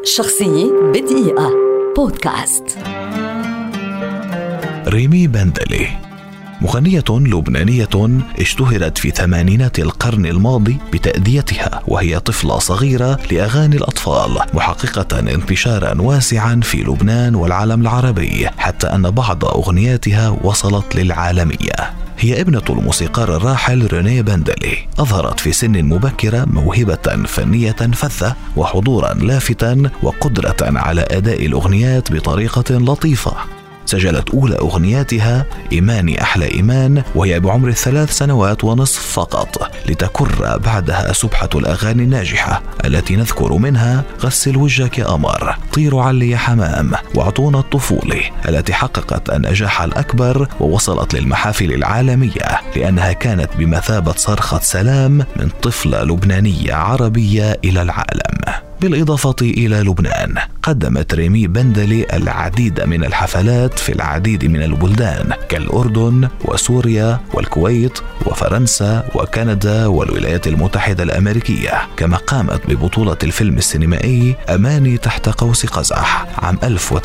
شخصية بدقيقة بودكاست. ريمي بندلي مغنية لبنانية اشتهرت في ثمانينات القرن الماضي بتأديتها وهي طفلة صغيرة لأغاني الأطفال، محققة انتشارا واسعا في لبنان والعالم العربي، حتى أن بعض أغنياتها وصلت للعالمية. هي ابنة الموسيقار الراحل ريمي بندلي. أظهرت في سن مبكرة موهبة فنية فذة وحضورا لافتا وقدرة على أداء الأغنيات بطريقة لطيفة. سجلت أولى أغنياتها إيماني أحلى إيمان وهي بعمر 3 سنوات ونصف فقط، لتكر بعدها سبحة الأغاني الناجحة التي نذكر منها غسل وجهك يا قمر، طير علي يا حمام، وعطونا الطفولة التي حققت النجاح الأكبر ووصلت للمحافل العالمية لأنها كانت بمثابة صرخة سلام من طفلة لبنانية عربية إلى العالم. بالإضافة إلى لبنان، قدمت ريمي بندلي العديد من الحفلات في العديد من البلدان كالأردن وسوريا والكويت وفرنسا وكندا والولايات المتحدة الأمريكية، كما قامت ببطولة الفيلم السينمائي أماني تحت قوس قزح عام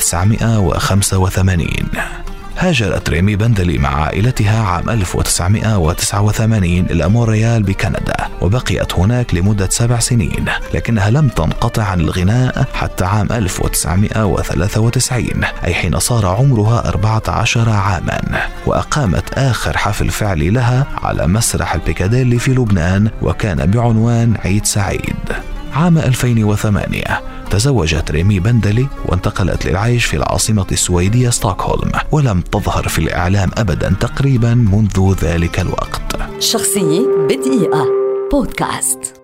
1985. هاجرت ريمي بندلي مع عائلتها عام 1989 إلى مونريال بكندا، وبقيت هناك لمدة 7 سنين، لكنها لم تنقطع عن الغناء حتى عام 1993، أي حين صار عمرها 14 عاما، وأقامت آخر حفل فعلي لها على مسرح البيكاديلي في لبنان، وكان بعنوان عيد سعيد. عام 2008 تزوجت ريمي بندلي وانتقلت للعيش في العاصمة السويدية ستوكهولم، ولم تظهر في الإعلام أبدا تقريبا منذ ذلك الوقت. شخصية بدقيقة بودكاست.